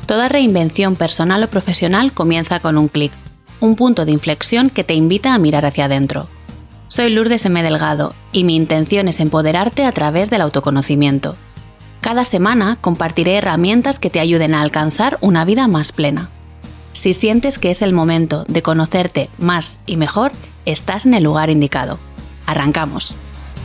Toda reinvención personal o profesional comienza con un clic, un punto de inflexión que te invita a mirar hacia adentro. Soy Lourdes M. Delgado y mi intención es empoderarte a través del autoconocimiento. Cada semana compartiré herramientas que te ayuden a alcanzar una vida más plena. Si sientes que es el momento de conocerte más y mejor, estás en el lugar indicado. ¡Arrancamos!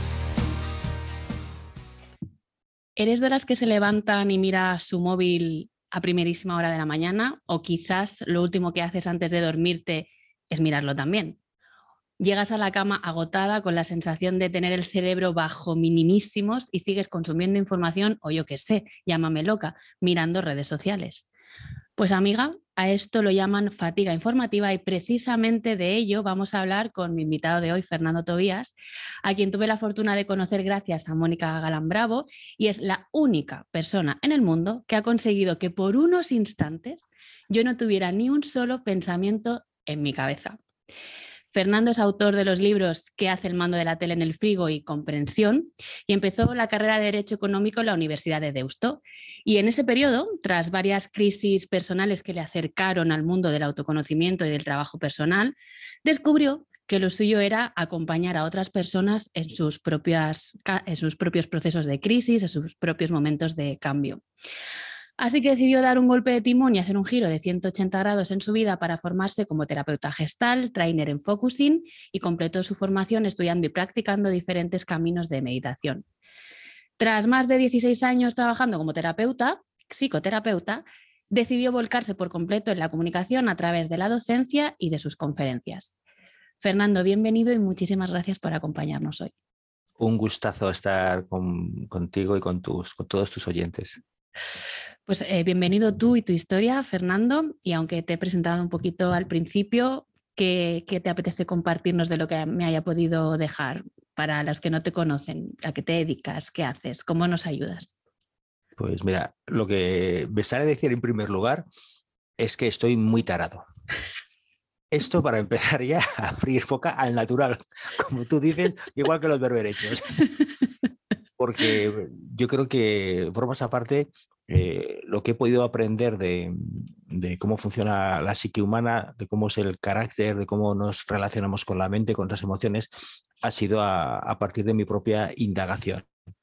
¿Eres de las que se levantan y mira su móvil a primerísima hora de la mañana? ¿O quizás lo último que haces antes de dormirte es mirarlo también? Llegas a la cama agotada con la sensación de tener el cerebro bajo minimísimos y sigues consumiendo información o yo qué sé, llámame loca, mirando redes sociales. Pues amiga, a esto lo llaman fatiga informativa y precisamente de ello vamos a hablar con mi invitado de hoy, Fernando Tobías, a quien tuve la fortuna de conocer gracias a Mónica Galán Bravo y es la única persona en el mundo que ha conseguido que por unos instantes yo no tuviera ni un solo pensamiento en mi cabeza. Fernando es autor de los libros ¿Qué hace el mando de la tele en el frigo? Y Comprensión, y empezó la carrera de Derecho Económico en la Universidad de Deusto. Y en ese periodo, tras varias crisis personales que le acercaron al mundo del autoconocimiento y del trabajo personal, descubrió que lo suyo era acompañar a otras personas en sus propios procesos de crisis, en sus propios momentos de cambio. Así que decidió dar un golpe de timón y hacer un giro de 180 grados en su vida para formarse como terapeuta gestal, trainer en focusing y completó su formación estudiando y practicando diferentes caminos de meditación. Tras más de 16 años trabajando como psicoterapeuta, decidió volcarse por completo en la comunicación a través de la docencia y de sus conferencias. Fernando, bienvenido y muchísimas gracias por acompañarnos hoy. Un gustazo estar contigo y con todos tus oyentes. Pues bienvenido tú y tu historia, Fernando, y aunque te he presentado un poquito al principio, ¿qué te apetece compartirnos de lo que me haya podido dejar para los que no te conocen? ¿A qué te dedicas? ¿Qué haces? ¿Cómo nos ayudas? Pues mira, lo que me sale decir en primer lugar es que estoy muy tarado. Esto para empezar ya a abrir boca al natural, como tú dices, igual que los berberechos. Porque yo creo que, formas aparte, lo que he podido aprender de cómo funciona la psique humana, de cómo es el carácter, de cómo nos relacionamos con la mente, con las emociones, ha sido a partir de mi propia indagación.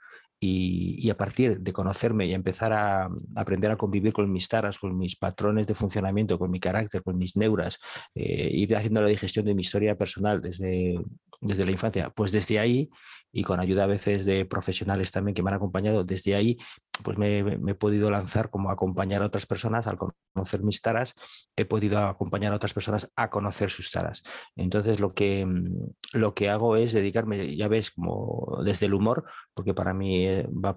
Y a partir de conocerme y empezar a aprender a convivir con mis taras, con mis patrones de funcionamiento, con mi carácter, con mis neuras, ir haciendo la digestión de mi historia personal desde la infancia, pues desde ahí, y con ayuda a veces de profesionales también que me han acompañado, desde ahí pues me he podido lanzar como a acompañar a otras personas al conocer mis taras, he podido acompañar a otras personas a conocer sus taras. Entonces lo que hago es dedicarme, ya ves, como desde el humor, porque para mí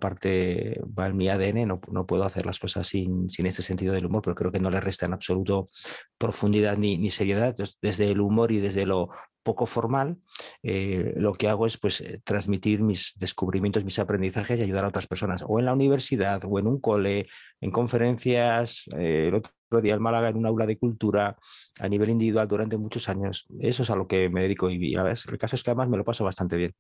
va en mi ADN, no puedo hacer las cosas sin ese sentido del humor, pero creo que no le resta en absoluto profundidad ni seriedad. Entonces, desde el humor y desde lo poco formal, lo que hago es pues transmitir mis descubrimientos, mis aprendizajes y ayudar a otras personas, o en la universidad, o en un cole, en conferencias, el otro día en Málaga en un aula de cultura, a nivel individual durante muchos años. Eso es a lo que me dedico y a veces, el caso es que además me lo paso bastante bien.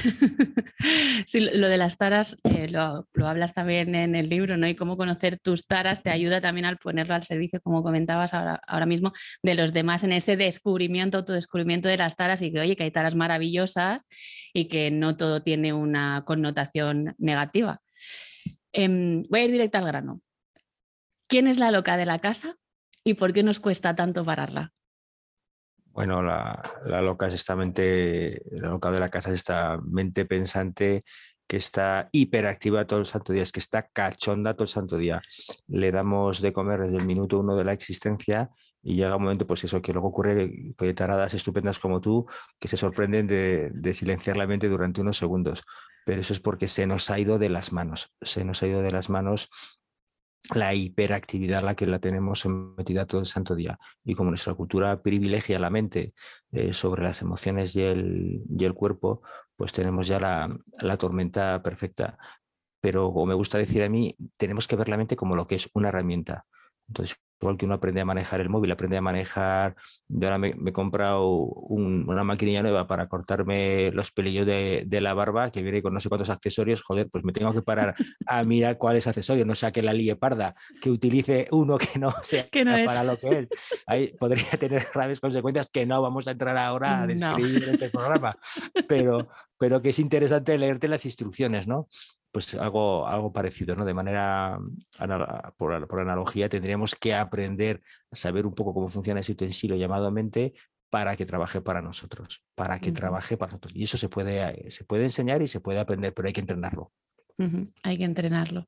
Sí, lo de las taras lo hablas también en el libro, ¿no? Y cómo conocer tus taras te ayuda también al ponerlo al servicio, como comentabas ahora mismo, de los demás en ese descubrimiento, autodescubrimiento de las taras y que, oye, que hay taras maravillosas y que no todo tiene una connotación negativa. Voy a ir directo al grano. ¿Quién es la loca de la casa y por qué nos cuesta tanto pararla? Bueno, la loca es la loca de la casa es esta mente pensante que está hiperactiva todo el santo día, es que está cachonda todo el santo día. Le damos de comer desde el minuto uno de la existencia y llega un momento, pues eso, que luego ocurre que taradas estupendas como tú, que se sorprenden de silenciar la mente durante unos segundos. Pero eso es porque se nos ha ido de las manos, se nos ha ido de las manos la hiperactividad a la que la tenemos sometida todo el santo día. Y como nuestra cultura privilegia la mente sobre las emociones y el cuerpo, pues tenemos ya la tormenta perfecta. Pero como me gusta decir a mí, tenemos que ver la mente como lo que es una herramienta. Entonces, igual que uno aprende a manejar el móvil, aprende a manejar. Yo ahora me he comprado una maquinilla nueva para cortarme los pelillos de la barba, que viene con no sé cuántos accesorios. Joder, pues me tengo que parar a mirar cuáles accesorios, no sea que la líe parda, que utilice uno que no sea Que no es. para lo que es. Ahí podría tener graves consecuencias que no vamos a entrar ahora a No. describir en este programa, pero que es interesante leerte las instrucciones, ¿no? Pues algo parecido, ¿no? De manera, por analogía, tendríamos que aprender a saber un poco cómo funciona ese utensilio llamado mente para que trabaje para nosotros, para que trabaje para nosotros. Y eso se puede enseñar y se puede aprender, pero hay que entrenarlo. Hay que entrenarlo.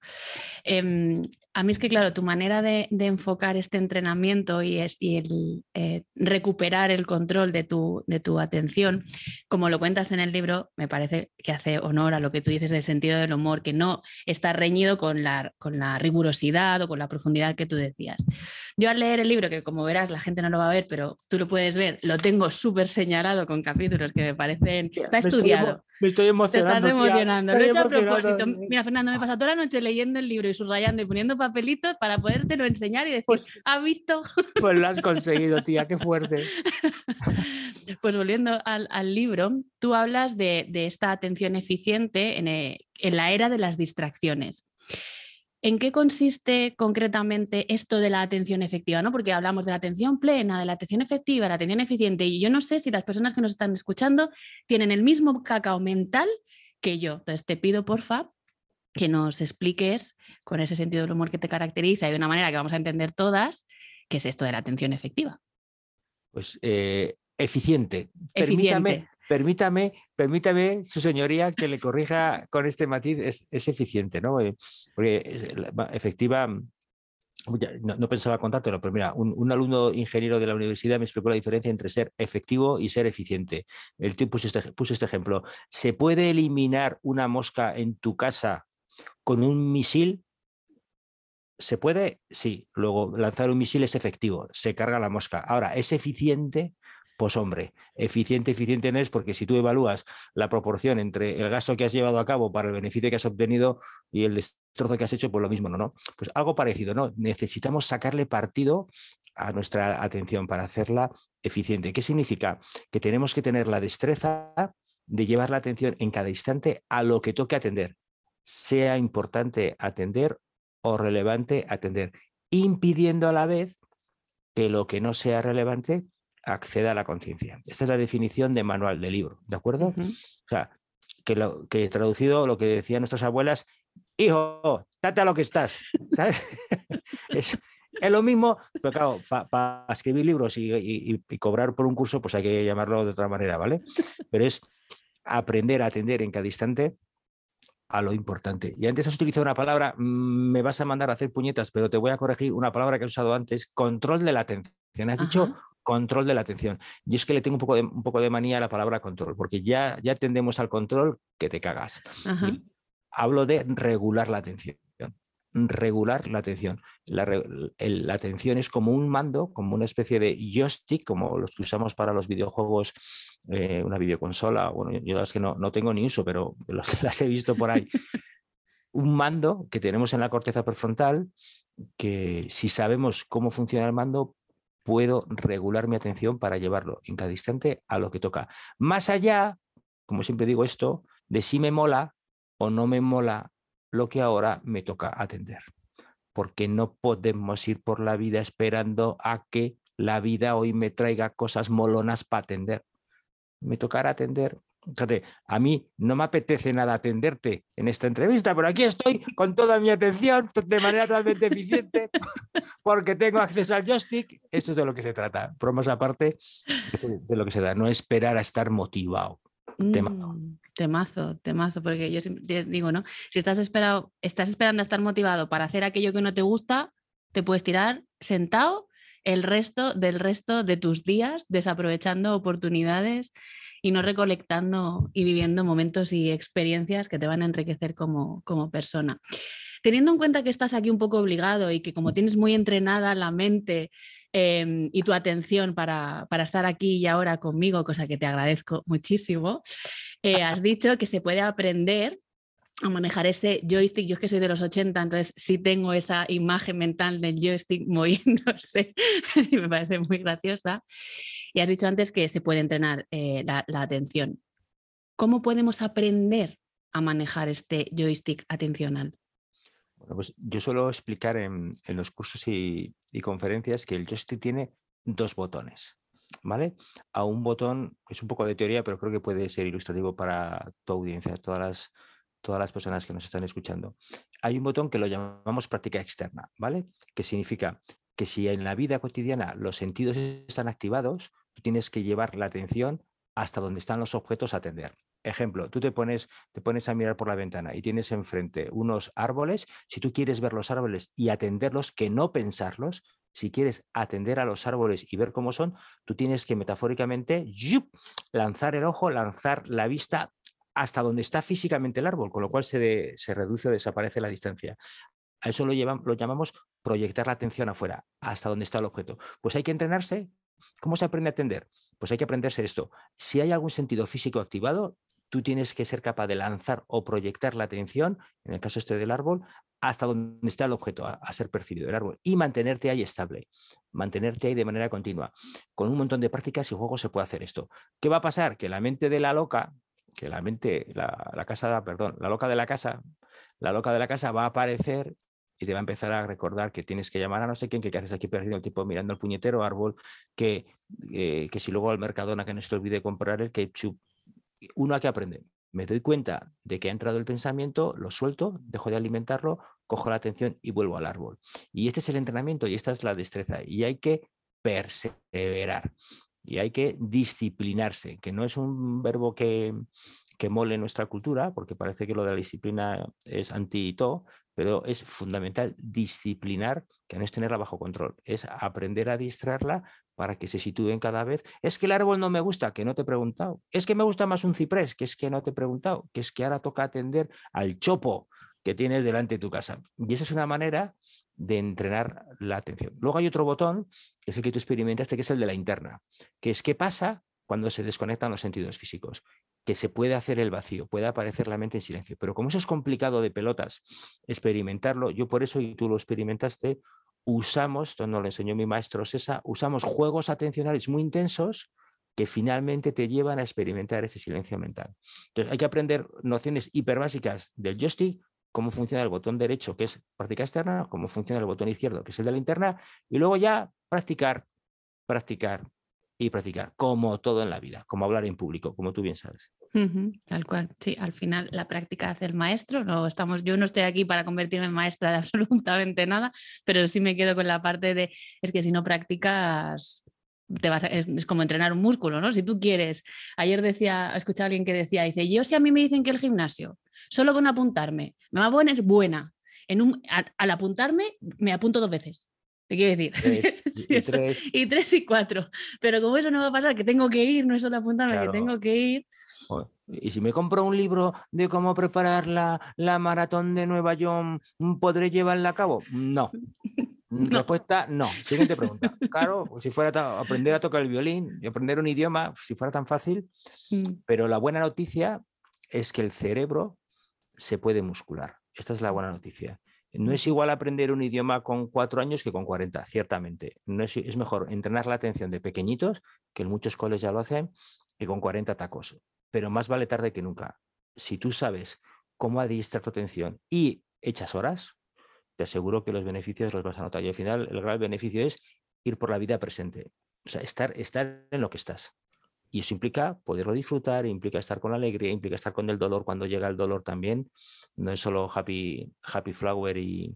A mí es que, claro, tu manera de enfocar este entrenamiento y el recuperar el control de tu atención, como lo cuentas en el libro, me parece que hace honor a lo que tú dices del sentido del humor, que no está reñido con la rigurosidad o con la profundidad que tú decías. Yo al leer el libro, que como verás la gente no lo va a ver, pero tú lo puedes ver, lo tengo súper señalado con capítulos que me parecen... Está estudiado. Me estoy emocionando. Te estás emocionando. Lo he hecho a propósito. Emocionado. Mira, Fernando, me he pasado toda la noche leyendo el libro y subrayando y poniendo papelitos para podértelo enseñar y decir, ¿has visto? Pues lo has conseguido, tía, qué fuerte. Pues volviendo al libro, tú hablas de esta atención eficiente en la era de las distracciones. ¿En qué consiste concretamente esto de la atención efectiva? ¿No? Porque hablamos de la atención plena, de la atención efectiva, de la atención eficiente, y yo no sé si las personas que nos están escuchando tienen el mismo cacao mental que yo. Entonces te pido, porfa, que nos expliques con ese sentido del humor que te caracteriza y de una manera que vamos a entender todas, qué es esto de la atención efectiva. Pues eficiente. Eficiente. Permítame, su señoría, que le corrija con este matiz, es eficiente, ¿no? Porque efectiva, no pensaba contártelo, pero mira, un alumno ingeniero de la universidad me explicó la diferencia entre ser efectivo y ser eficiente. El tío puso este ejemplo. ¿Se puede eliminar una mosca en tu casa con un misil? ¿Se puede? Sí. Luego, lanzar un misil es efectivo, se carga la mosca. Ahora, ¿es eficiente? Pues hombre, eficiente no es, porque si tú evalúas la proporción entre el gasto que has llevado a cabo para el beneficio que has obtenido y el destrozo que has hecho, pues lo mismo, ¿no? Pues algo parecido, ¿no? Necesitamos sacarle partido a nuestra atención para hacerla eficiente. ¿Qué significa? Que tenemos que tener la destreza de llevar la atención en cada instante a lo que toque atender, sea importante atender o relevante atender, impidiendo a la vez que lo que no sea relevante acceda a la conciencia. Esta es la definición de manual del libro, ¿de acuerdo? O sea, que traducido lo que decían nuestras abuelas, hijo, date a lo que estás, ¿sabes? es lo mismo, pero claro, para escribir libros y cobrar por un curso, pues hay que llamarlo de otra manera, ¿vale? Pero es aprender a atender en cada instante a lo importante. Y antes has utilizado una palabra, me vas a mandar a hacer puñetas, pero te voy a corregir una palabra que he usado antes, control de la atención. Has dicho control de la atención. Y es que le tengo un poco de manía a la palabra control, porque ya tendemos al control que te cagas. Hablo de regular la atención. Regular la atención. La atención es como un mando, como una especie de joystick, como los que usamos para los videojuegos, una videoconsola. Bueno, yo las que no tengo ni uso, pero las he visto por ahí. Un mando que tenemos en la corteza prefrontal, que si sabemos cómo funciona el mando, puedo regular mi atención para llevarlo en cada instante a lo que toca. Más allá, como siempre digo esto, de si me mola o no me mola lo que ahora me toca atender. Porque no podemos ir por la vida esperando a que la vida hoy me traiga cosas molonas para atender. Me tocará atender. Fíjate, a mí no me apetece nada atenderte en esta entrevista, pero aquí estoy con toda mi atención de manera totalmente eficiente porque tengo acceso al joystick. Esto es de lo que se trata. Bromas aparte, de lo que se da. No esperar a estar motivado. Temazo, porque yo siempre digo, ¿no? Si estás esperando a estar motivado para hacer aquello que no te gusta, te puedes tirar sentado el resto de tus días desaprovechando oportunidades y no recolectando y viviendo momentos y experiencias que te van a enriquecer como persona. Teniendo en cuenta que estás aquí un poco obligado y que como tienes muy entrenada la mente y tu atención para estar aquí y ahora conmigo, cosa que te agradezco muchísimo, has dicho que se puede aprender a manejar ese joystick. Yo es que soy de los 80, entonces sí tengo esa imagen mental del joystick moviéndose y me parece muy graciosa. Y has dicho antes que se puede entrenar la atención. ¿Cómo podemos aprender a manejar este joystick atencional? Bueno, pues yo suelo explicar en los cursos y conferencias que el joystick tiene dos botones, ¿vale? A un botón, es un poco de teoría, pero creo que puede ser ilustrativo para tu audiencia, todas las personas que nos están escuchando. Hay un botón que lo llamamos práctica externa, ¿vale? Que significa que si en la vida cotidiana los sentidos están activados, tú tienes que llevar la atención hasta donde están los objetos a atender. Ejemplo, tú te pones a mirar por la ventana y tienes enfrente unos árboles. Si tú quieres ver los árboles y atenderlos, que no pensarlos, si quieres atender a los árboles y ver cómo son, tú tienes que metafóricamente lanzar el ojo, lanzar la vista hasta donde está físicamente el árbol, con lo cual se reduce o desaparece la distancia. A eso lo llamamos proyectar la atención afuera, hasta donde está el objeto. Pues hay que entrenarse. ¿Cómo se aprende a atender? Pues hay que aprenderse esto. Si hay algún sentido físico activado, tú tienes que ser capaz de lanzar o proyectar la atención, en el caso este del árbol, hasta donde está el objeto a ser percibido, el árbol, y mantenerte ahí estable, mantenerte ahí de manera continua. Con un montón de prácticas y juegos se puede hacer esto. ¿Qué va a pasar? Que la mente de la loca, que la mente, la loca de la casa, la loca de la casa va a aparecer y te va a empezar a recordar que tienes que llamar a no sé quién, que haces aquí perdiendo el tiempo mirando el puñetero árbol, que si luego al Mercadona que no se te olvide comprar el ketchup. Uno a qué aprende. Me doy cuenta de que ha entrado el pensamiento, lo suelto, dejo de alimentarlo, cojo la atención y vuelvo al árbol. Y este es el entrenamiento y esta es la destreza. Y hay que perseverar y hay que disciplinarse, que no es un verbo que mole en nuestra cultura, porque parece que lo de la disciplina es anti-todo, pero es fundamental disciplinar, que no es tenerla bajo control, es aprender a distraerla para que se sitúen cada vez. Es que el árbol no me gusta, que no te he preguntado. Es que me gusta más un ciprés, que es que no te he preguntado. Que es que ahora toca atender al chopo que tienes delante de tu casa. Y esa es una manera de entrenar la atención. Luego hay otro botón, que es el que tú experimentaste, que es el de la interna, que es qué pasa cuando se desconectan los sentidos físicos, que se puede hacer el vacío, puede aparecer la mente en silencio. Pero como eso es complicado de pelotas experimentarlo, yo por eso, y tú lo experimentaste, usamos, esto nos lo enseñó mi maestro César, usamos juegos atencionales muy intensos que finalmente te llevan a experimentar ese silencio mental. Entonces hay que aprender nociones hiperbásicas del joystick, cómo funciona el botón derecho, que es práctica externa, cómo funciona el botón izquierdo, que es el de la interna, y luego ya practicar, practicar y practicar, como todo en la vida, como hablar en público, como tú bien sabes. Tal cual, sí, al final la práctica hace el maestro. Yo no estoy aquí para convertirme en maestra de absolutamente nada, pero sí me quedo con la parte de, es que si no practicas, es como entrenar un músculo, ¿no? Si tú quieres, ayer escuché a alguien que dice, yo si a mí me dicen que el gimnasio, solo con apuntarme, me va a poner buena, al apuntarme me apunto 2 veces. Te quiero decir, y 3 y 4, pero como eso no va a pasar, que tengo que ir, no es solo apuntarme, claro, que tengo que ir. Y si me compro un libro de cómo preparar la maratón de Nueva York, ¿podré llevarla a cabo? No. No. Respuesta, no. Siguiente pregunta. Claro, si fuera aprender a tocar el violín y aprender un idioma, si fuera tan fácil, pero la buena noticia es que el cerebro se puede muscular. Esta es la buena noticia. No es igual aprender un idioma con 4 años que con 40, ciertamente. No es mejor entrenar la atención de pequeñitos, que en muchos coles ya lo hacen, que con 40 tacos. Pero más vale tarde que nunca. Si tú sabes cómo adiestrar tu atención y echas horas, te aseguro que los beneficios los vas a notar. Y al final el gran beneficio es ir por la vida presente. O sea, estar en lo que estás. Y eso implica poderlo disfrutar, implica estar con la alegría, implica estar con el dolor cuando llega el dolor también. No es solo happy flower y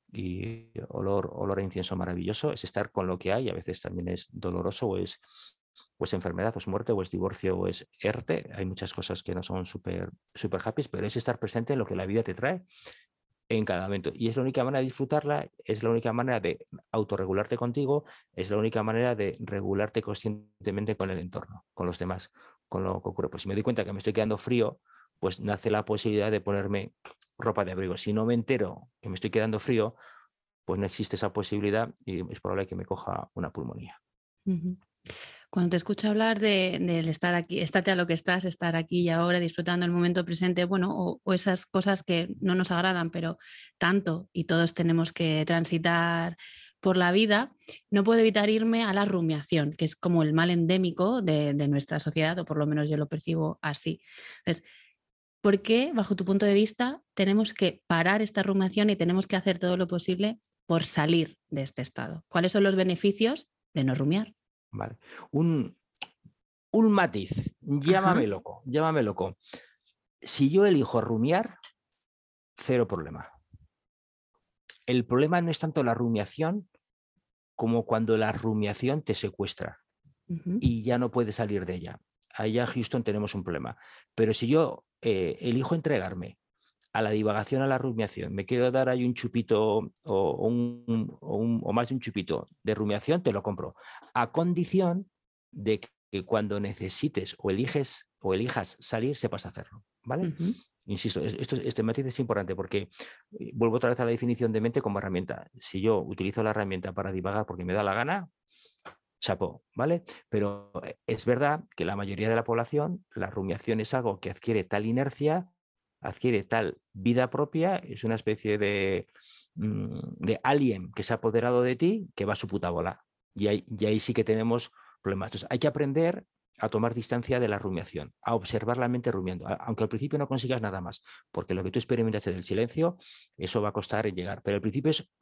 olor a incienso maravilloso, es estar con lo que hay. A veces también es doloroso o es enfermedad, o es muerte, o es divorcio, o es ERTE. Hay muchas cosas que no son súper happy, pero es estar presente en lo que la vida te trae en cada momento. Y es la única manera de disfrutarla, es la única manera de autorregularte contigo, es la única manera de regularte conscientemente con el entorno, con los demás, con lo que ocurre. Pues si me doy cuenta que me estoy quedando frío, pues nace la posibilidad de ponerme ropa de abrigo. Si no me entero que me estoy quedando frío, pues no existe esa posibilidad y es probable que me coja una pulmonía. Cuando te escucho hablar del estar aquí, estate a lo que estás, estar aquí y ahora, disfrutando el momento presente, bueno, o esas cosas que no nos agradan, pero tanto y todos tenemos que transitar por la vida, no puedo evitar irme a la rumiación, que es como el mal endémico de nuestra sociedad, o por lo menos yo lo percibo así. Entonces, ¿por qué, bajo tu punto de vista, tenemos que parar esta rumiación y tenemos que hacer todo lo posible por salir de este estado? ¿Cuáles son los beneficios de no rumiar? ¿Vale? Un, un matiz, Ajá. llámame loco, llámame loco. Si yo elijo rumiar, cero problema. El problema no es tanto la rumiación como cuando la rumiación te secuestra Ujú. y ya no puedes salir de ella. Ahí ya, Houston, tenemos un problema. Pero si yo elijo entregarme a la divagación, a la rumiación, me quiero dar ahí un chupito o más de un chupito de rumiación, te lo compro. A condición de que cuando necesites o elijas salir, sepas hacerlo. ¿Vale? Ujú. Insisto, este matiz es importante porque vuelvo otra vez a la definición de mente como herramienta. Si yo utilizo la herramienta para divagar porque me da la gana, chapó, ¿vale? Pero es verdad que la mayoría de la población, la rumiación es algo que adquiere tal inercia, adquiere tal vida propia, es una especie de alien que se ha apoderado de ti que va a su puta bola. Y ahí sí que tenemos problemas. Entonces, hay que aprender a tomar distancia de la rumiación, a observar la mente rumiando, aunque al principio no consigas nada más, porque lo que tú experimentaste del silencio, eso va a costar en llegar. Pero el principio es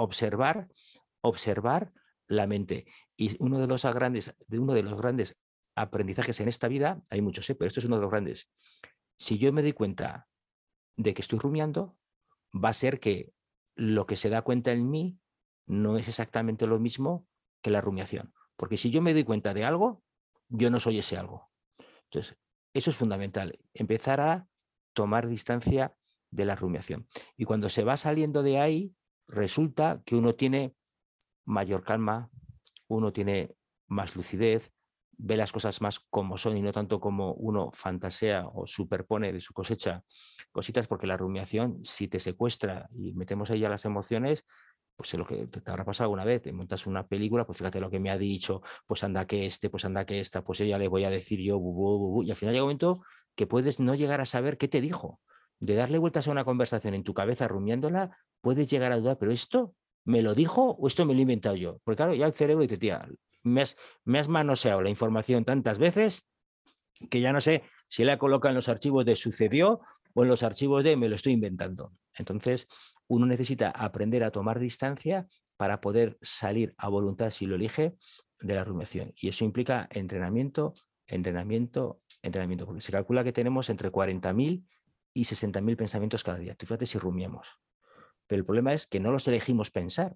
observar la mente. Y uno de los grandes aprendizajes en esta vida, hay muchos, pero esto es uno de los grandes. Si yo me doy cuenta de que estoy rumiando, va a ser que lo que se da cuenta en mí no es exactamente lo mismo que la rumiación. Porque si yo me doy cuenta de algo, yo no soy ese algo. Entonces, eso es fundamental, empezar a tomar distancia de la rumiación. Y cuando se va saliendo de ahí, resulta que uno tiene mayor calma, uno tiene más lucidez, ve las cosas más como son y no tanto como uno fantasea o superpone de su cosecha cositas, porque la rumiación, si te secuestra y metemos ahí a las emociones, pues es lo que te habrá pasado alguna vez, te montas una película, pues fíjate lo que me ha dicho, pues anda que pues anda que esta, pues ella le voy a decir yo, y al final llega un momento que puedes no llegar a saber qué te dijo. De darle vueltas a una conversación en tu cabeza rumiándola, puedes llegar a dudar, pero esto ¿me lo dijo o esto me lo he inventado yo? Porque claro, ya el cerebro dice, tía, me has manoseado la información tantas veces que ya no sé si la coloca en los archivos de sucedió o en los archivos de me lo estoy inventando. Entonces, uno necesita aprender a tomar distancia para poder salir a voluntad, si lo elige, de la rumiación. Y eso implica entrenamiento, entrenamiento, entrenamiento, porque se calcula que tenemos entre 40.000 y 60.000 pensamientos cada día. Tú fíjate si rumiamos. Pero el problema es que no los elegimos pensar.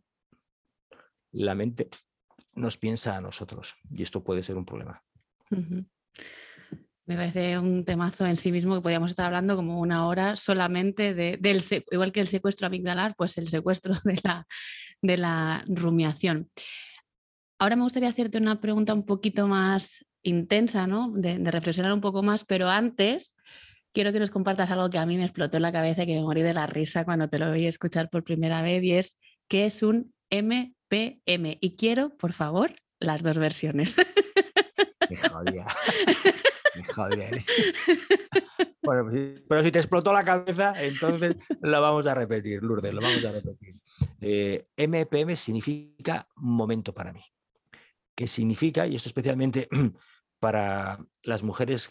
La mente nos piensa a nosotros y esto puede ser un problema. Ujú. Me parece un temazo en sí mismo que podríamos estar hablando como una hora solamente igual que el secuestro amigdalar, pues el secuestro de la rumiación. Ahora me gustaría hacerte una pregunta un poquito más intensa, ¿no? De reflexionar un poco más, pero antes quiero que nos compartas algo que a mí me explotó en la cabeza y que me morí de la risa cuando te lo oí escuchar por primera vez, y es ¿qué es un MPM? Y quiero, por favor, las dos versiones. Me jodía, me jodía eres. Bueno, pero si te explotó la cabeza, entonces lo vamos a repetir, Lourdes, lo vamos a repetir. MPM significa momento para mí. ¿Qué significa? Y esto especialmente para las mujeres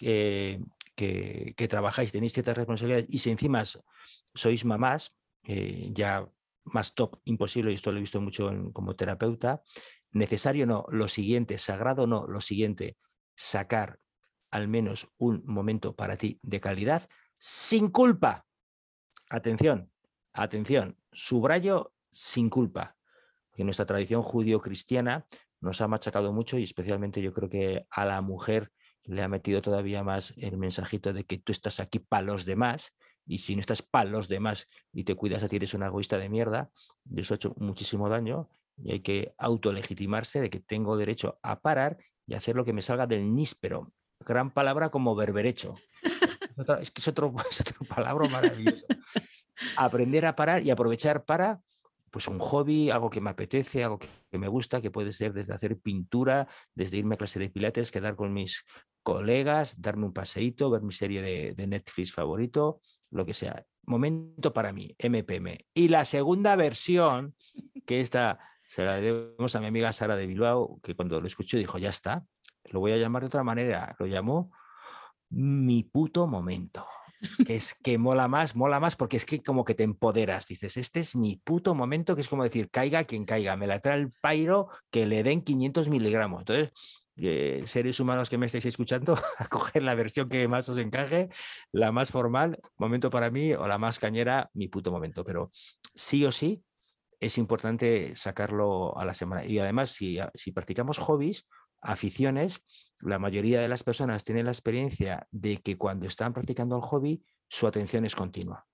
que trabajáis, tenéis ciertas responsabilidades y si encima sois mamás, ya más top imposible, y esto lo he visto mucho como terapeuta, necesario no, lo siguiente, sagrado no, lo siguiente, sacar al menos un momento para ti de calidad sin culpa. Atención, atención, subrayo sin culpa. En nuestra tradición judío-cristiana nos ha machacado mucho y especialmente yo creo que a la mujer le ha metido todavía más el mensajito de que tú estás aquí para los demás y si no estás para los demás y te cuidas a ti eres una egoísta de mierda, y eso ha hecho muchísimo daño y hay que autolegitimarse de que tengo derecho a parar y hacer lo que me salga del níspero. Gran palabra como berberecho. Es que es otro palabra maravilloso. Aprender a parar y aprovechar para pues un hobby, algo que me apetece, algo que me gusta, que puede ser desde hacer pintura, desde irme a clase de pilates, quedar con mis colegas, darme un paseíto, ver mi serie de Netflix favorito, lo que sea. Momento para mí, MPM. Y la segunda versión, que esta se la debemos a mi amiga Sara de Bilbao, que cuando lo escuchó dijo, ya está, lo voy a llamar de otra manera. Lo llamó Mi puto momento. Que es que mola más porque es que como que te empoderas, dices, este es mi puto momento, que es como decir, caiga quien caiga, me la trae el pairo, que le den 500 miligramos. Entonces, seres humanos que me estáis escuchando, a coger la versión que más os encaje, la más formal, momento para mí, o la más cañera, mi puto momento. Pero sí o sí es importante sacarlo a la semana. Y además, si practicamos hobbies, aficiones, la mayoría de las personas tienen la experiencia de que cuando están practicando el hobby, su atención es continua.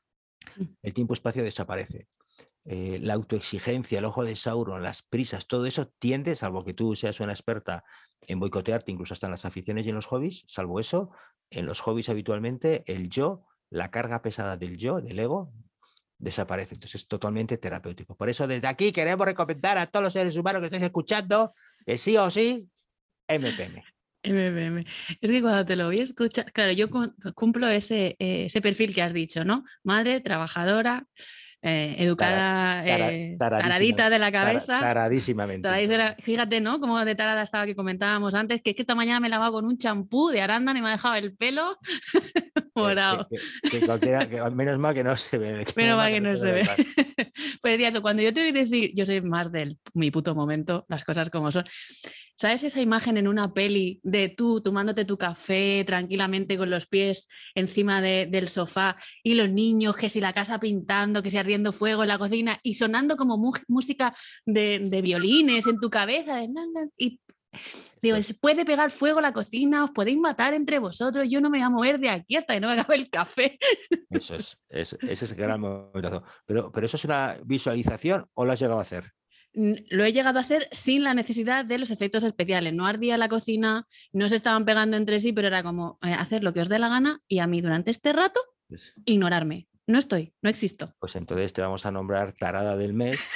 El tiempo-espacio desaparece. La autoexigencia, el ojo de Sauron, las prisas, todo eso tiende, salvo que tú seas una experta en boicotearte, incluso hasta en las aficiones y en los hobbies, salvo eso, en los hobbies habitualmente el yo, la carga pesada del yo, del ego, desaparece. Entonces es totalmente terapéutico. Por eso desde aquí queremos recomendar a todos los seres humanos que estéis escuchando que sí o sí, MPM. MMM. Es que cuando te lo voy a escuchar, claro, yo cumplo ese perfil que has dicho, ¿no? Madre, trabajadora, educada, taradita de la cabeza. Taradísimamente. Fíjate, ¿no? Como de tarada estaba que comentábamos antes, que es que esta mañana me he lavado con un champú de arándano y me ha dejado el pelo morado. Menos mal que no se ve. Menos mal que no se ve. Pues decía eso, cuando yo te voy a decir, yo soy más del mi puto momento, las cosas como son. ¿Sabes esa imagen en una peli de tú tomándote tu café tranquilamente con los pies encima del sofá y los niños, que si la casa pintando, que si ardiendo fuego en la cocina y sonando como música de violines en tu cabeza? Y digo, ¿se puede pegar fuego a la cocina? ¿Os podéis matar entre vosotros? Yo no me voy a mover de aquí hasta que no me acabe el café. Ese es el gran momento. Pero ¿eso es una visualización o lo has llegado a hacer? Lo he llegado a hacer sin la necesidad de los efectos especiales. No ardía la cocina, no se estaban pegando entre sí, pero era como hacer lo que os dé la gana y a mí durante este rato Pues, ignorarme. No estoy, no existo. pues entonces te vamos a nombrar tarada del mes,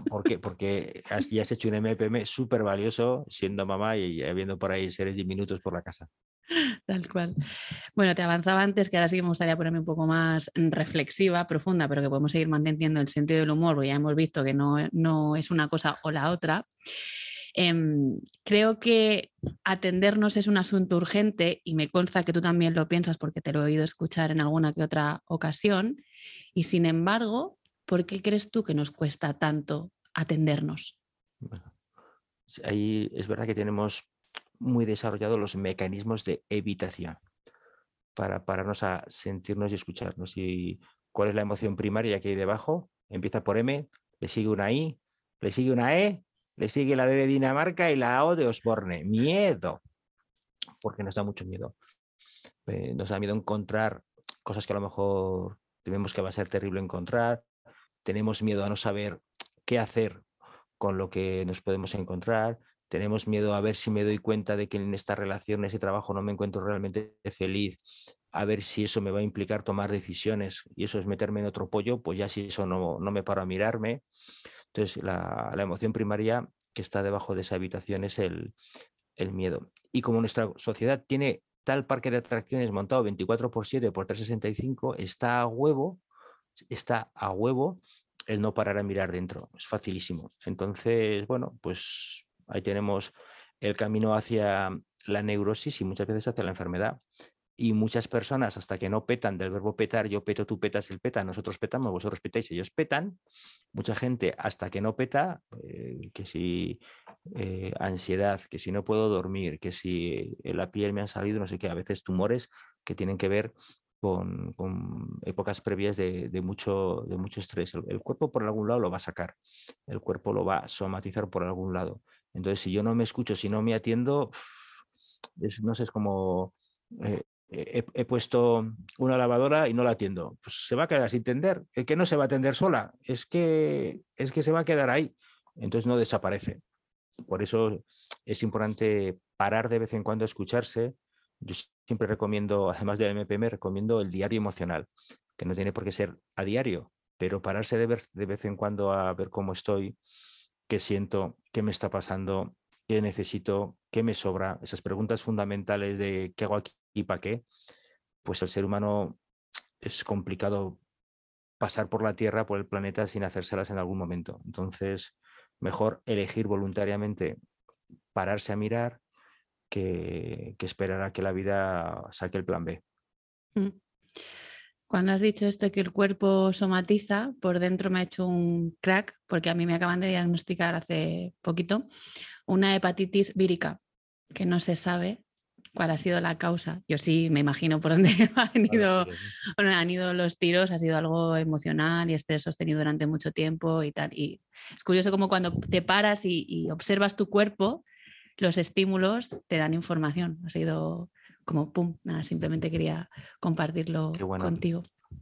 porque ya has hecho un MPM súper valioso siendo mamá y habiendo por ahí seres diminutos por la casa. Tal cual. Bueno, te avanzaba antes que ahora sí que me gustaría ponerme un poco más reflexiva, profunda, pero que podemos seguir manteniendo el sentido del humor, porque ya hemos visto que no es una cosa o la otra. Creo que atendernos es un asunto urgente y me consta que tú también lo piensas porque te lo he oído escuchar en alguna que otra ocasión. Y sin embargo, ¿por qué crees tú que nos cuesta tanto atendernos? Bueno, ahí es verdad que tenemos muy desarrollados los mecanismos de evitación para pararnos a sentirnos y escucharnos. ¿Y cuál es la emoción primaria que hay debajo? Empieza por M, le sigue una I, le sigue una E, le sigue la D de Dinamarca y la O de Osborne. Miedo, porque nos da mucho miedo. Nos da miedo encontrar cosas que a lo mejor tememos que va a ser terrible encontrar. Tenemos miedo a no saber qué hacer con lo que nos podemos encontrar. Tenemos miedo a ver si me doy cuenta de que en esta relación, en ese trabajo, no me encuentro realmente feliz, a ver si eso me va a implicar tomar decisiones y eso es meterme en otro pollo, pues ya si eso no me paro a mirarme. Entonces, la emoción primaria que está debajo de esa habitación es el miedo. Y como nuestra sociedad tiene tal parque de atracciones montado 24/7 por 365, está a huevo el no parar a mirar dentro. Es facilísimo. Entonces, bueno, pues ahí tenemos el camino hacia la neurosis y muchas veces hacia la enfermedad. Y muchas personas, hasta que no petan del verbo petar, yo peto, tú petas, él peta, nosotros petamos, vosotros petáis, ellos petan. Mucha gente, hasta que no peta, que si ansiedad, que si no puedo dormir, que si en la piel me han salido no sé qué, a veces tumores que tienen que ver con épocas previas de mucho estrés. El cuerpo por algún lado lo va a sacar, el cuerpo lo va a somatizar por algún lado. Entonces, si yo no me escucho, si no me atiendo, no sé, es como he puesto una lavadora y no la atiendo. Pues se va a quedar sin tender. El que no se va a atender sola, es que se va a quedar ahí. Entonces no desaparece. Por eso es importante parar de vez en cuando a escucharse. Yo siempre recomiendo, además del MPM, recomiendo el diario emocional, que no tiene por qué ser a diario, pero pararse de vez en cuando a ver cómo estoy, qué siento, qué me está pasando, qué necesito, qué me sobra, esas preguntas fundamentales de qué hago aquí y para qué, pues el ser humano es complicado pasar por la Tierra, por el planeta, sin hacérselas en algún momento. Entonces, mejor elegir voluntariamente pararse a mirar que esperar a que la vida saque el plan B. Mm. Cuando has dicho esto que el cuerpo somatiza, por dentro me ha hecho un crack, porque a mí me acaban de diagnosticar hace poquito una hepatitis vírica, que no se sabe cuál ha sido la causa. Yo sí me imagino por dónde A los tiros, ¿no? han ido los tiros, ha sido algo emocional y estrés sostenido durante mucho tiempo y tal. Y es curioso como cuando te paras y observas tu cuerpo, los estímulos te dan información. Ha sido como pum, nada, simplemente quería Qué compartirlo bueno. contigo.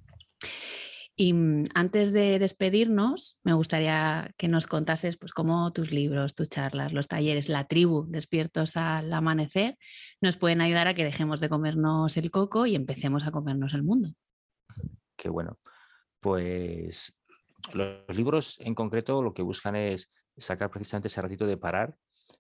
Y antes de despedirnos, me gustaría que nos contases pues, cómo tus libros, tus charlas, los talleres, la tribu, despiertos al amanecer, nos pueden ayudar a que dejemos de comernos el coco y empecemos a comernos el mundo. Qué bueno. Pues los libros en concreto lo que buscan es sacar precisamente ese ratito de parar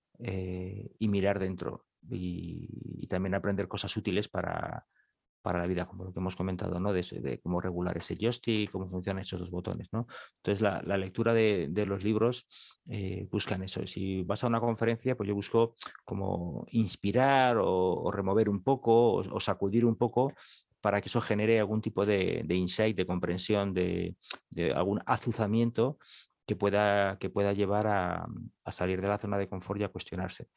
y mirar dentro y también aprender cosas útiles para la vida, como lo que hemos comentado, ¿no? De cómo regular ese joystick, cómo funcionan esos dos botones, ¿no? Entonces, la lectura de los libros buscan eso. Si vas a una conferencia, pues yo busco como inspirar o remover un poco o sacudir un poco para que eso genere algún tipo de insight, de comprensión, de algún azuzamiento que pueda llevar a salir de la zona de confort y a cuestionarse.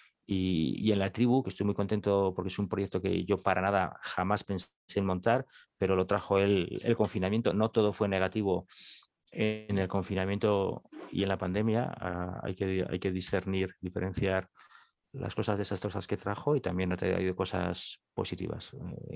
Y en la tribu, que estoy muy contento porque es un proyecto que yo para nada jamás pensé en montar, pero lo trajo el confinamiento. No todo fue negativo en el confinamiento y en la pandemia. Hay que discernir, diferenciar las cosas desastrosas que trajo y también ha traído cosas positivas.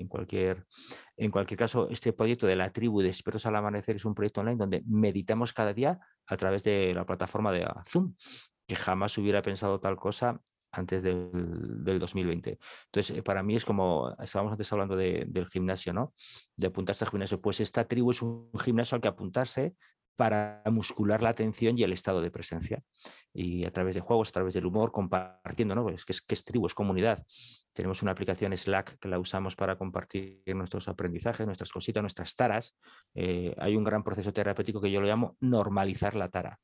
En cualquier caso, este proyecto de la tribu de Expertos al Amanecer es un proyecto online donde meditamos cada día a través de la plataforma de Zoom, que jamás hubiera pensado tal cosa antes del 2020. Entonces, para mí es como, estábamos antes hablando del gimnasio, ¿no? De apuntarse al gimnasio. Pues esta tribu es un gimnasio al que apuntarse para muscular la atención y el estado de presencia. Y a través de juegos, a través del humor, compartiendo, ¿no? Pues que es tribu, es comunidad. Tenemos una aplicación Slack que la usamos para compartir nuestros aprendizajes, nuestras cositas, nuestras taras. Hay un gran proceso terapéutico que yo lo llamo normalizar la tara.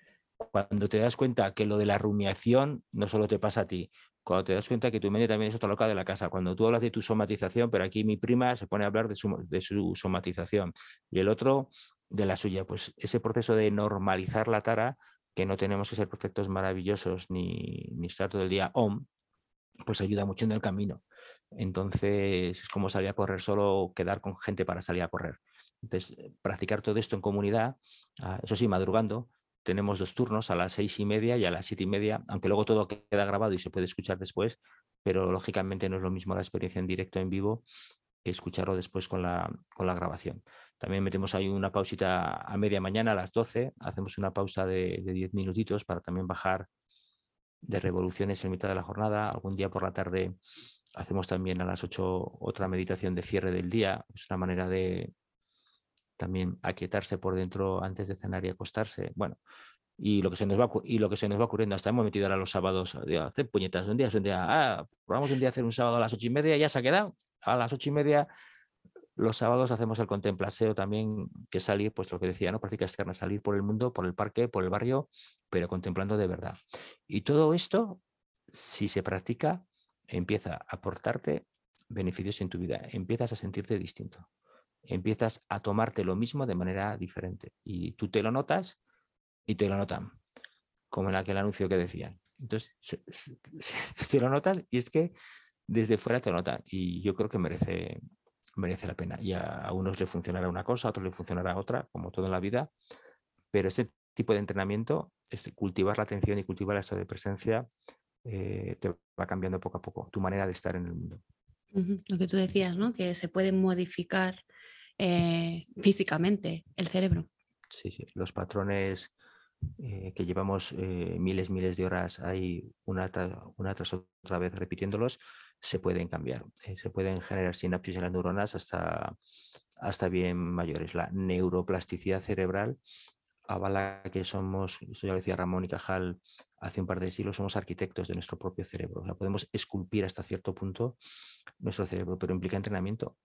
Cuando te das cuenta que lo de la rumiación no solo te pasa a ti, cuando te das cuenta que tu mente también es otra loca de la casa, cuando tú hablas de tu somatización, pero aquí mi prima se pone a hablar de su somatización y el otro de la suya, pues ese proceso de normalizar la tara, que no tenemos que ser perfectos, maravillosos, ni estar todo el día on, pues ayuda mucho en el camino. Entonces es como salir a correr solo o quedar con gente para salir a correr. Entonces, practicar todo esto en comunidad, eso sí, madrugando. Tenemos dos turnos, a las 6:30 y a las 7:30, aunque luego todo queda grabado y se puede escuchar después, pero lógicamente no es lo mismo la experiencia en directo, en vivo, que escucharlo después con la grabación. También metemos ahí una pausita a media mañana, a las 12, hacemos una pausa de 10 minutitos para también bajar de revoluciones en mitad de la jornada. Algún día por la tarde hacemos también a las 8 otra meditación de cierre del día. Es una manera de también aquietarse por dentro antes de cenar y acostarse. Bueno, y lo que se nos va, y lo que se nos va ocurriendo. Hasta hemos metido ahora los sábados a hacer puñetas. Un día es un día, probamos un día a hacer un sábado a las 8:30, ya se ha quedado. A las 8:30 los sábados hacemos el contemplaseo también, que es salir, pues lo que decía, ¿no? Práctica externa, salir por el mundo, por el parque, por el barrio, pero contemplando de verdad. Y todo esto, si se practica, empieza a aportarte beneficios en tu vida, empiezas a sentirte distinto, empiezas a tomarte lo mismo de manera diferente. Y tú te lo notas y te lo notan, como en aquel anuncio que decían. Entonces, te lo notas y es que desde fuera te lo notan. Y yo creo que merece la pena. Y a unos le funcionará una cosa, a otros le funcionará otra, como todo en la vida. Pero este tipo de entrenamiento, es cultivar la atención y cultivar el estado de presencia, te va cambiando poco a poco tu manera de estar en el mundo. Lo que tú decías, ¿no? Que se puede modificar físicamente el cerebro. Sí, sí. Los patrones que llevamos miles de horas ahí una tras otra vez repitiéndolos, se pueden cambiar. Se pueden generar sinapsis en las neuronas hasta bien mayores. La neuroplasticidad cerebral avala que somos, esto ya lo decía Ramón y Cajal hace un par de siglos, somos arquitectos de nuestro propio cerebro. O sea, podemos esculpir hasta cierto punto nuestro cerebro, pero implica entrenamiento.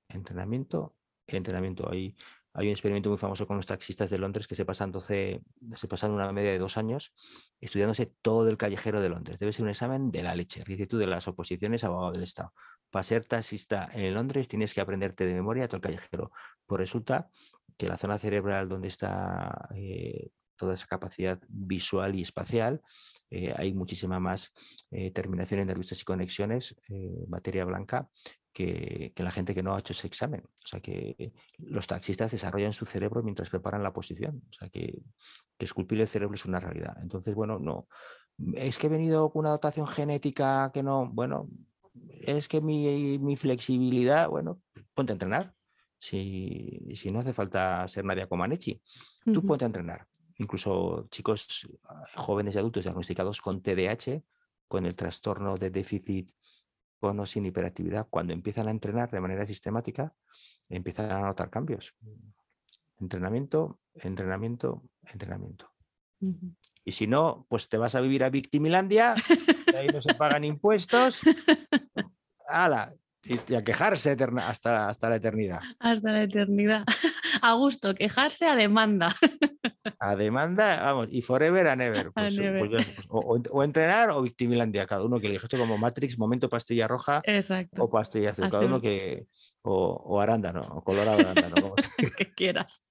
Hay un experimento muy famoso con los taxistas de Londres que se pasan una media de 2 años estudiándose todo el callejero de Londres. Debe ser un examen de la leche, dice tú, de las oposiciones a abogado del Estado. Para ser taxista en Londres tienes que aprenderte de memoria todo el callejero. Pues resulta que la zona cerebral donde está toda esa capacidad visual y espacial, hay muchísima más terminaciones nerviosas y conexiones, materia blanca, que la gente que no ha hecho ese examen. O sea que los taxistas desarrollan su cerebro mientras preparan la posición. O sea que esculpir el cerebro es una realidad. Entonces, bueno, no. Es que he venido con una dotación genética que no, bueno, es que mi flexibilidad, bueno, ponte a entrenar. Si no hace falta ser Nadia Comaneci, tú ponte a entrenar. Incluso chicos jóvenes y adultos diagnosticados con TDAH, con el trastorno de déficit con o sin hiperactividad, cuando empiezan a entrenar de manera sistemática, empiezan a notar cambios. Entrenamiento, entrenamiento, entrenamiento. Y si no, pues te vas a vivir a Victimilandia, que ahí no se pagan impuestos. ¡Hala! Y a quejarse hasta la eternidad. Hasta la eternidad. A gusto, quejarse a demanda. A demanda, vamos, y forever and ever. Pues, o entrenar o Victimilandia, cada uno que elige. Esto como Matrix, momento pastilla roja. Exacto. O pastilla azul, cada uno que. O arándano, o colorado arándano. Que quieras.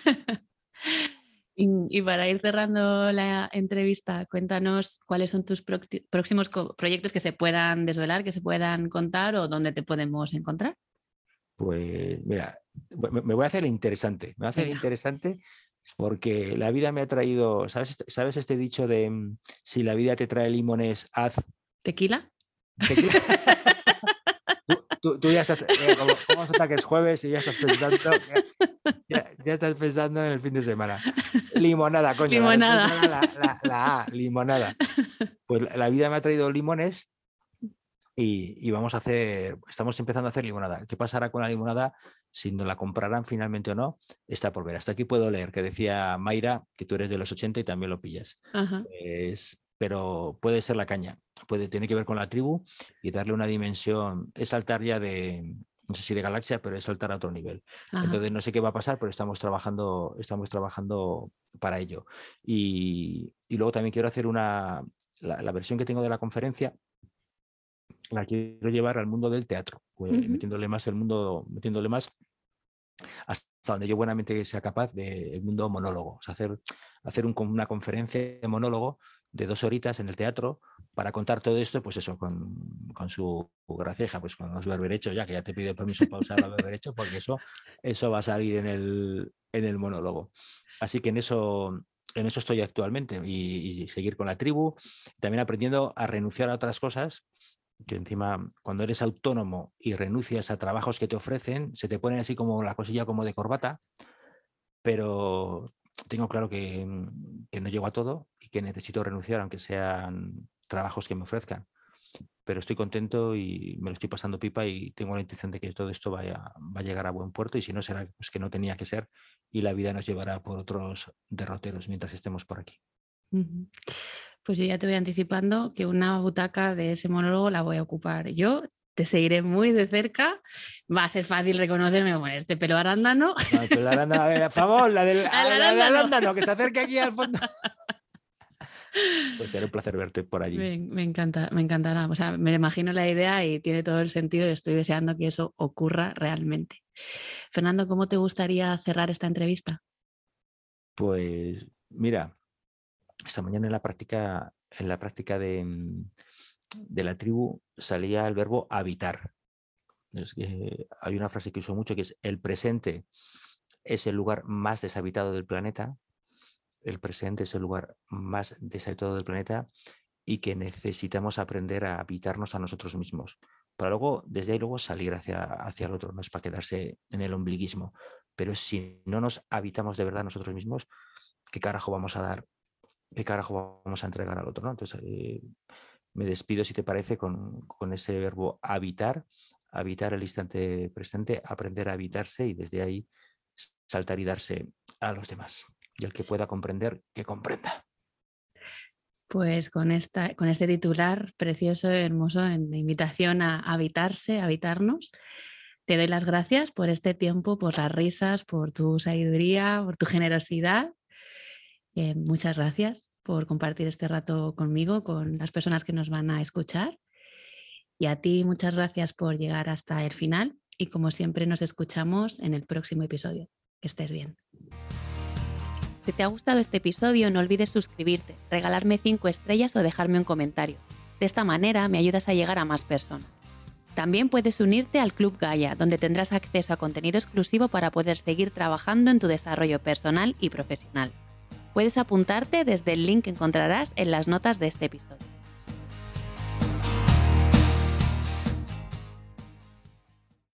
Y para ir cerrando la entrevista, cuéntanos cuáles son tus próximos proyectos que se puedan desvelar, que se puedan contar o dónde te podemos encontrar. Pues mira, me voy a hacer interesante. Me voy a hacer interesante porque la vida me ha traído, ¿sabes este dicho de si la vida te trae limones, haz... ¿Tequila? ¿Tequila? Tú ya estás, como hasta que es jueves y ya estás pensando, ya estás pensando en el fin de semana. Limonada, coño. Limonada. La A, limonada. Pues la vida me ha traído limones y estamos empezando a hacer limonada. ¿Qué pasará con la limonada? Si nos la comprarán finalmente o no, está por ver. Hasta aquí puedo leer que decía Mayra que tú eres de los 80 y también lo pillas. Pues, pero puede ser la caña, tiene que ver con la tribu y darle una dimensión, es saltar ya no sé si de galaxia, pero es saltar a otro nivel. Entonces no sé qué va a pasar, pero estamos trabajando para ello. Y luego también quiero hacer la versión que tengo de la conferencia, la quiero llevar al mundo del teatro, metiéndole más hasta donde yo buenamente sea capaz del mundo monólogo. O sea, hacer una conferencia de monólogo de 2 horitas en el teatro para contar todo esto, pues eso, con su graceja, pues con los berberechos, ya que ya te pido permiso para usar los berberechos, porque eso va a salir en el monólogo. Así que en eso estoy actualmente y seguir con la tribu, también aprendiendo a renunciar a otras cosas que encima cuando eres autónomo y renuncias a trabajos que te ofrecen, se te pone así como la cosilla como de corbata, pero tengo claro que no llego a todo y que necesito renunciar aunque sean trabajos que me ofrezcan. Pero estoy contento y me lo estoy pasando pipa y tengo la intuición de que todo esto va a llegar a buen puerto y si no será pues que no tenía que ser y la vida nos llevará por otros derroteros mientras estemos por aquí. Pues yo ya te voy anticipando que una butaca de ese monólogo la voy a ocupar yo. Te seguiré muy de cerca. Va a ser fácil reconocerme con este pelo arándano. No, el pelo arándano, a favor, la del arándano, que se acerque aquí al fondo. Pues será un placer verte por allí. Me encantará. O sea, me imagino la idea y tiene todo el sentido y estoy deseando que eso ocurra realmente. Fernando, ¿cómo te gustaría cerrar esta entrevista? Pues mira, esta mañana en la práctica de la tribu salía el verbo habitar. Hay una frase que uso mucho que es: el presente es el lugar más deshabitado del planeta. El presente es el lugar más deshabitado del planeta y que necesitamos aprender a habitarnos a nosotros mismos. Para luego, desde ahí luego salir hacia el otro, no es para quedarse en el ombliguismo. Pero si no nos habitamos de verdad nosotros mismos, ¿qué carajo vamos a dar? ¿Qué carajo vamos a entregar al otro? ¿No? Entonces, me despido, si te parece, con ese verbo habitar el instante presente, aprender a habitarse y desde ahí saltar y darse a los demás. Y el que pueda comprender, que comprenda. Pues con este titular precioso, hermoso, de invitación a habitarse, a habitarnos, te doy las gracias por este tiempo, por las risas, por tu sabiduría, por tu generosidad. Muchas gracias por compartir este rato conmigo, con las personas que nos van a escuchar. Y a ti, muchas gracias por llegar hasta el final. Y como siempre, nos escuchamos en el próximo episodio. Que estés bien. Si te ha gustado este episodio, no olvides suscribirte, regalarme 5 estrellas o dejarme un comentario. De esta manera me ayudas a llegar a más personas. También puedes unirte al Club Gaia, donde tendrás acceso a contenido exclusivo para poder seguir trabajando en tu desarrollo personal y profesional. Puedes apuntarte desde el link que encontrarás en las notas de este episodio.